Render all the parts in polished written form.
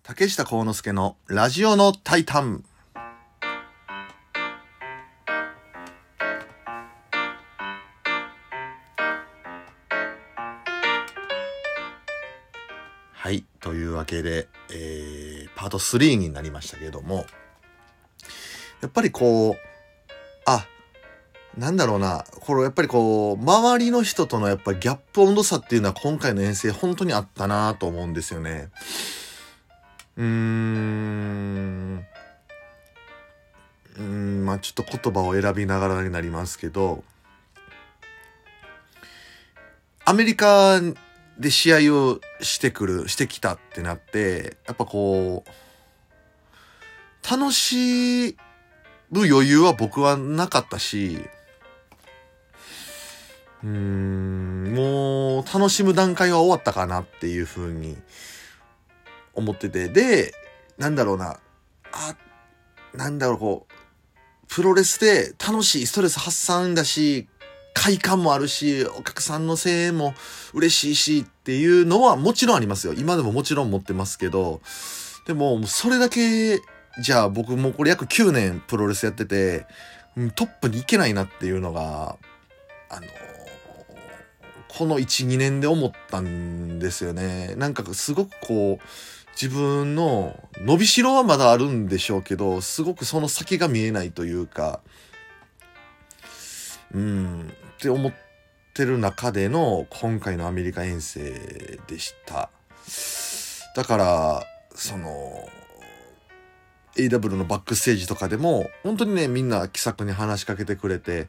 竹下幸之助のラジオのタイタン。はい、というわけで、パート3になりましたけれども、やっぱりなんだろうな、やっぱり周りの人とのやっぱりギャップ温度差っていうのは今回の遠征本当にあったなと思うんですよね。ちょっと言葉を選びながらになりますけど、アメリカで試合をしてきたってなって、やっぱ楽しむ余裕は僕はなかったし、もう楽しむ段階は終わったかなっていう風に思ってて、で、プロレスで楽しい、ストレス発散だし、快感もあるし、お客さんの声援も嬉しいしっていうのはもちろんありますよ。今でももちろん持ってますけど、でもそれだけじゃあ僕もこれ約9年プロレスやってて、トップに行けないなっていうのが、この1、2年で思ったんですよね。なんかすごく自分の伸びしろはまだあるんでしょうけど、すごくその先が見えないというか、って思ってる中での今回のアメリカ遠征でした。だから、AW のバックステージとかでも、本当にね、みんな気さくに話しかけてくれて、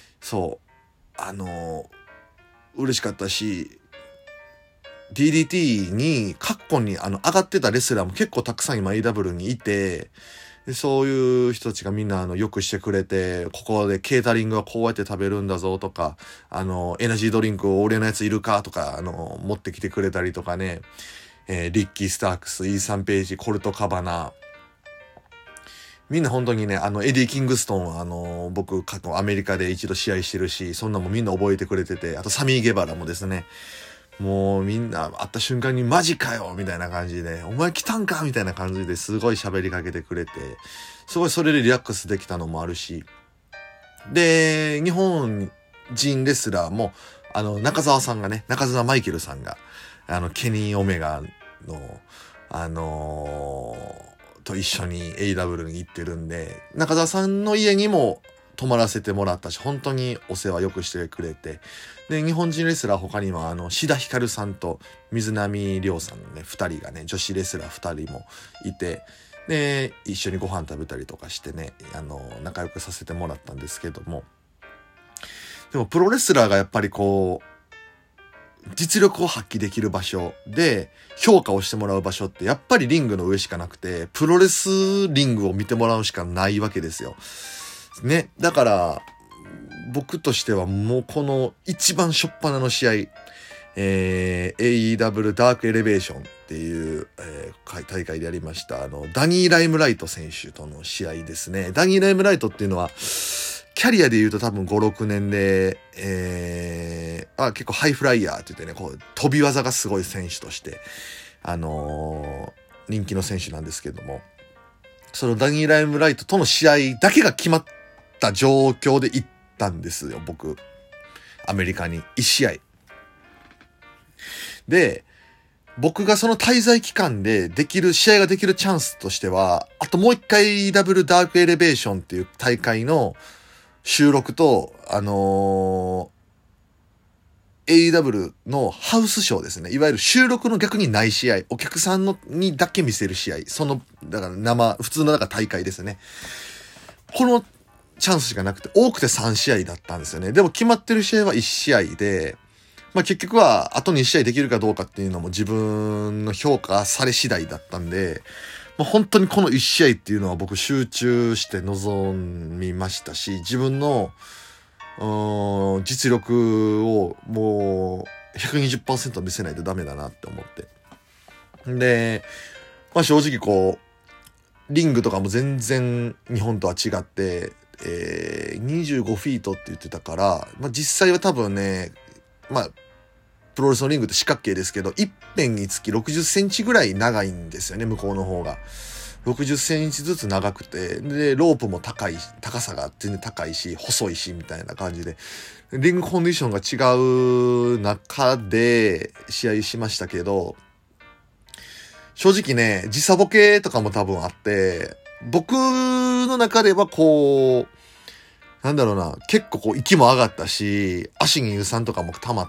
嬉しかったし、DDT に、過去に上がってたレスラーも結構たくさん今 AW にいて、でそういう人たちがみんなよくしてくれて、ここでケータリングはこうやって食べるんだぞとか、エナジードリンク俺のやついるかとか、持ってきてくれたりとかね、リッキー・スタークス、イーサン・ページ、コルト・カバナ、みんな本当にね、エディ・キングストンは僕過去アメリカで一度試合してるし、そんなもみんな覚えてくれてて、あとサミー・ゲバラもですね、もうみんな会った瞬間にマジかよみたいな感じで、お前来たんかみたいな感じですごい喋りかけてくれて、すごいそれでリラックスできたのもあるし、で、日本人レスラーも、中澤マイケルさんが、ケニー・オメガの、と一緒に AW に行ってるんで、中澤さんの家にも泊まらせてもらったし、本当にお世話よくしてくれて、で、日本人レスラー他にはシダヒカルさんと水波亮さんのね、二人がね、女子レスラー二人もいて、で、一緒にご飯食べたりとかしてね、仲良くさせてもらったんですけども、でもプロレスラーがやっぱり実力を発揮できる場所で評価をしてもらう場所ってやっぱりリングの上しかなくて、プロレスリングを見てもらうしかないわけですよ。ね。だから、僕としてはもうこの一番初っ端の試合、AEW ダークエレベーションっていう、大会でやりました、ダニー・ライムライト選手との試合ですね。ダニー・ライムライトっていうのは、キャリアで言うと多分5、6年で、結構ハイフライヤーって言ってね、飛び技がすごい選手として、人気の選手なんですけども、そのダニー・ライムライトとの試合だけが決まった状況で行ったんですよ、僕。アメリカに1試合。で、僕がその滞在期間で試合ができるチャンスとしては、あともう一回 AEW ダークエレベーションっていう大会の収録と、AEW のハウスショーですね。いわゆる収録の逆にない試合、お客さんにだけ見せる試合、だから普通の大会ですね。このチャンスしかなくて、多くて3試合だったんですよね。でも決まってる試合は1試合で、結局はあと2試合できるかどうかっていうのも自分の評価され次第だったんで、本当にこの1試合っていうのは僕集中して臨みましたし、自分の実力をもう 120% 見せないとダメだなって思って。で、正直リングとかも全然日本とは違って、25フィートって言ってたから、実際は多分ね、 プロレスのリングって四角形ですけど、一辺につき60センチぐらい長いんですよね、向こうの方が。60センチずつ長くて、で、ロープも高さが全然高いし、細いし、みたいな感じで、リングコンディションが違う中で試合しましたけど、正直ね、時差ボケとかも多分あって、僕の中ではこう、なんだろうな、結構こう息も上がったし、足に硫酸とかも溜まって、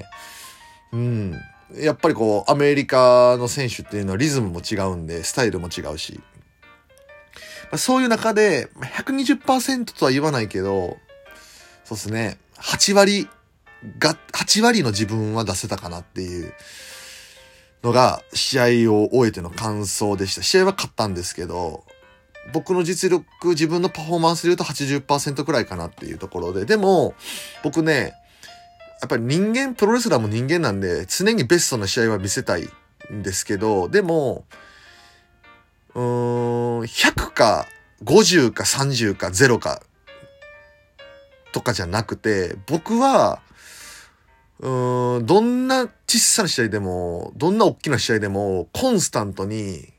やっぱりこう、アメリカの選手っていうのはリズムも違うんで、スタイルも違うし。そういう中で、120% とは言わないけど、そうですね、8割の自分は出せたかなっていうのが、試合を終えての感想でした。試合は勝ったんですけど、僕の実力、自分のパフォーマンスで言うと 80% くらいかなっていうところで、でも、僕ね、やっぱりプロレスラーも人間なんで、常にベストな試合は見せたいんですけど、でも、100か50か30か0かとかじゃなくて、僕は、どんな小さな試合でも、どんな大きな試合でも、コンスタントに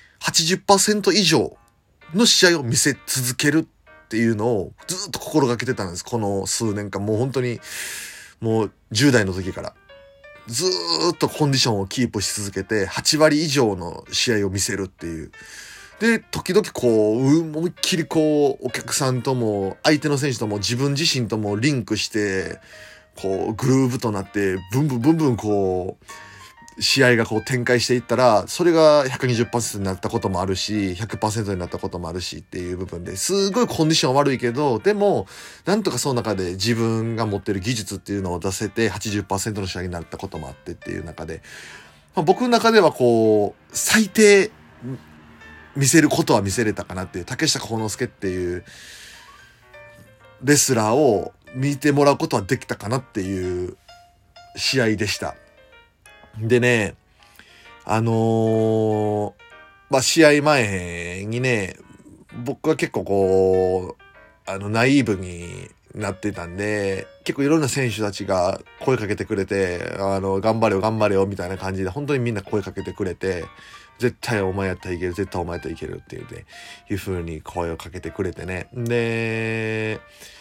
80% 以上の試合を見せ続けるっていうのをずっと心がけてたんです。この数年間、もう本当に、もう10代の時からずーっとコンディションをキープし続けて8割以上の試合を見せるっていう。で、時々こう、思いっきりこう、お客さんとも、相手の選手とも自分自身ともリンクして、こう、グルーヴとなって、ブンブンこう、試合がこう展開していったら、それが 120% になったこともあるし、100% になったこともあるしっていう部分ですごいコンディション悪いけど、でも、なんとかその中で自分が持ってる技術っていうのを出せて 80% の試合になったこともあってっていう中で、僕の中ではこう、最低見せることは見せれたかなっていう、竹下幸之助っていうレスラーを見てもらうことはできたかなっていう試合でした。でね、試合前にね、僕は結構こう、ナイーブになってたんで、結構いろんな選手たちが声かけてくれて、頑張れよ、みたいな感じで、本当にみんな声かけてくれて、絶対お前やったらいける、絶対お前やったらいけるっていう風に声をかけてくれてね。で、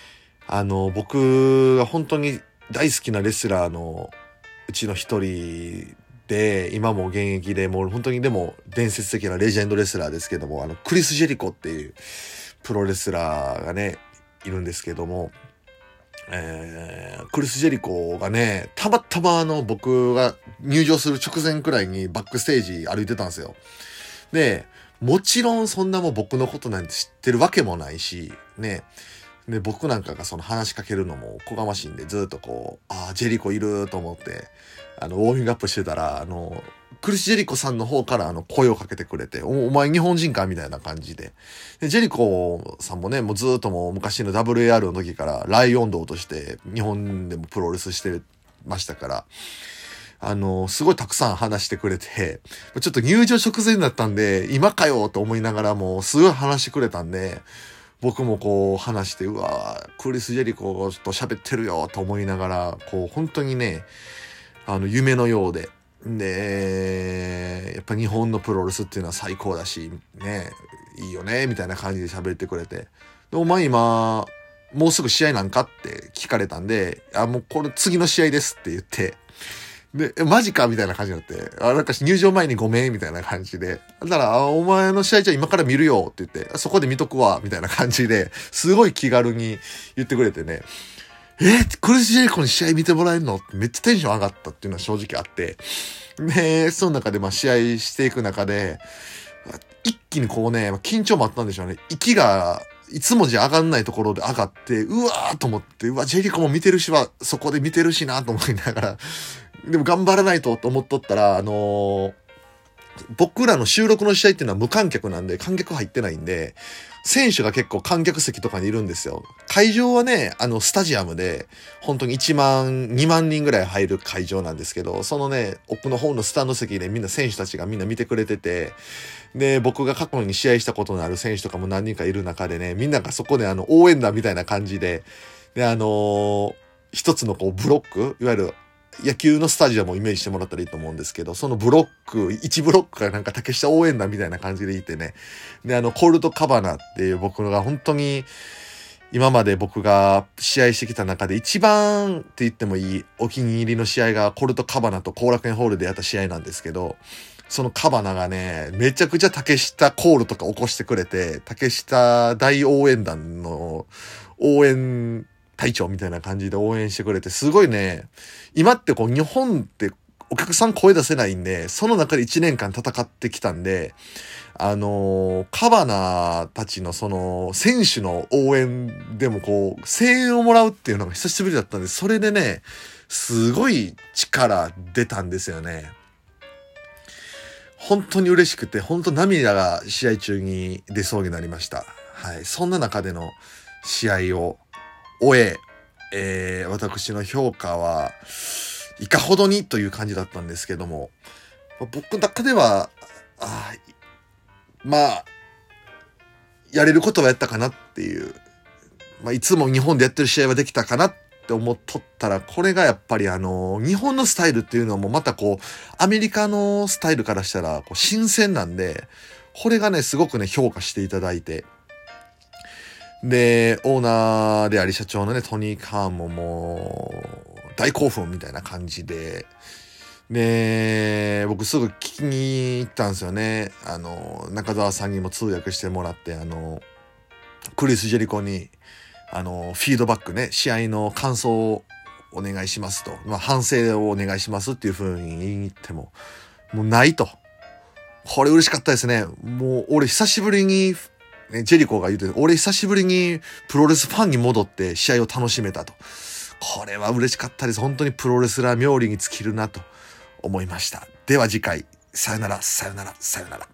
僕が本当に大好きなレスラーのうちの一人で、今も現役でもう本当にでも伝説的なレジェンドレスラーですけども、クリス・ジェリコっていうプロレスラーがね、いるんですけども、クリス・ジェリコがね、たまたま僕が入場する直前くらいにバックステージ歩いてたんですよ。で、もちろんそんなもん僕のことなんて知ってるわけもないし、ね、で、僕なんかがその話しかけるのもおこがましいんで、ずっとこう、ジェリコいると思って、ウォーミングアップしてたら、クリス・ジェリコさんの方から声をかけてくれて、お前日本人かみたいな感じで。で、ジェリコさんもね、もうずっともう昔の WAR の時からライオン道として日本でもプロレスしてましたから、すごいたくさん話してくれて、ちょっと入場直前だったんで、今かよと思いながらもすごい話してくれたんで、僕もこう話して、うわクリス・ジェリコと喋ってるよと思いながら、こう本当にね、夢のようで、で、やっぱ日本のプロレスっていうのは最高だし、ね、いいよね、みたいな感じで喋ってくれて。で、お前今、もうすぐ試合なんかって聞かれたんで、もうこれ次の試合ですって言って、で、マジかみたいな感じになって、なんか入場前にごめんみたいな感じで、だから、お前の試合じゃ今から見るよって言って、そこで見とくわ、みたいな感じで、すごい気軽に言ってくれてね、クリス・ジェリコに試合見てもらえるのってめっちゃテンション上がったっていうのは正直あって、で、その中で試合していく中で、一気にこうね、緊張もあったんでしょうね。息が、いつもじゃ上がんないところで上がって、うわーと思って、ジェリコも見てるしは、そこで見てるしなと思いながら、でも頑張らないと思っとったら、僕らの収録の試合っていうのは無観客なんで、観客入ってないんで、選手が結構観客席とかにいるんですよ。会場はね、スタジアムで、本当に1万、2万人ぐらい入る会場なんですけど、そのね、奥の方のスタンド席でみんな選手たちがみんな見てくれてて、で、僕が過去に試合したことのある選手とかも何人かいる中でね、みんながそこで応援団みたいな感じで、で、一つのこうブロック、いわゆる野球のスタジアムをイメージしてもらったらいいと思うんですけど、そのブロック、1ブロックがなんか竹下応援団みたいな感じでいてね。で、コルト・カバナっていう僕が本当に、今まで僕が試合してきた中で一番って言ってもいいお気に入りの試合がコルト・カバナと後楽園ホールでやった試合なんですけど、そのカバナがね、めちゃくちゃ竹下コールとか起こしてくれて、竹下大応援団の応援隊長みたいな感じで応援してくれて、すごいね、今ってこう日本ってお客さん声出せないんで、その中で1年間戦ってきたんで、カバナたちのその選手の応援でもこう声援をもらうっていうのが久しぶりだったんで、それでね、すごい力出たんですよね。本当に嬉しくて、本当涙が試合中に出そうになりました。はい。そんな中での試合を終え、私の評価はいかほどにという感じだったんですけども、僕の中では、まあ、やれることはやったかなっていう、いつも日本でやってる試合はできたかなって思っとったら、これがやっぱり日本のスタイルっていうのもまたこう、アメリカのスタイルからしたらこう新鮮なんで、これがね、すごくね、評価していただいて、で、オーナーであり社長のね、トニー・カーンももう、大興奮みたいな感じで、で、僕すぐ聞きに行ったんですよね。中澤さんにも通訳してもらって、クリス・ジェリコに、フィードバックね、試合の感想をお願いしますと、反省をお願いしますっていう風に言いに行っても、もうないと。これ嬉しかったですね。もう俺久しぶりに、ね、ジェリコが言うて、俺久しぶりにプロレスファンに戻って試合を楽しめたと。これは嬉しかったです。本当にプロレスラー冥利に尽きるなと思いました。では次回、さよなら、さよなら、さよなら。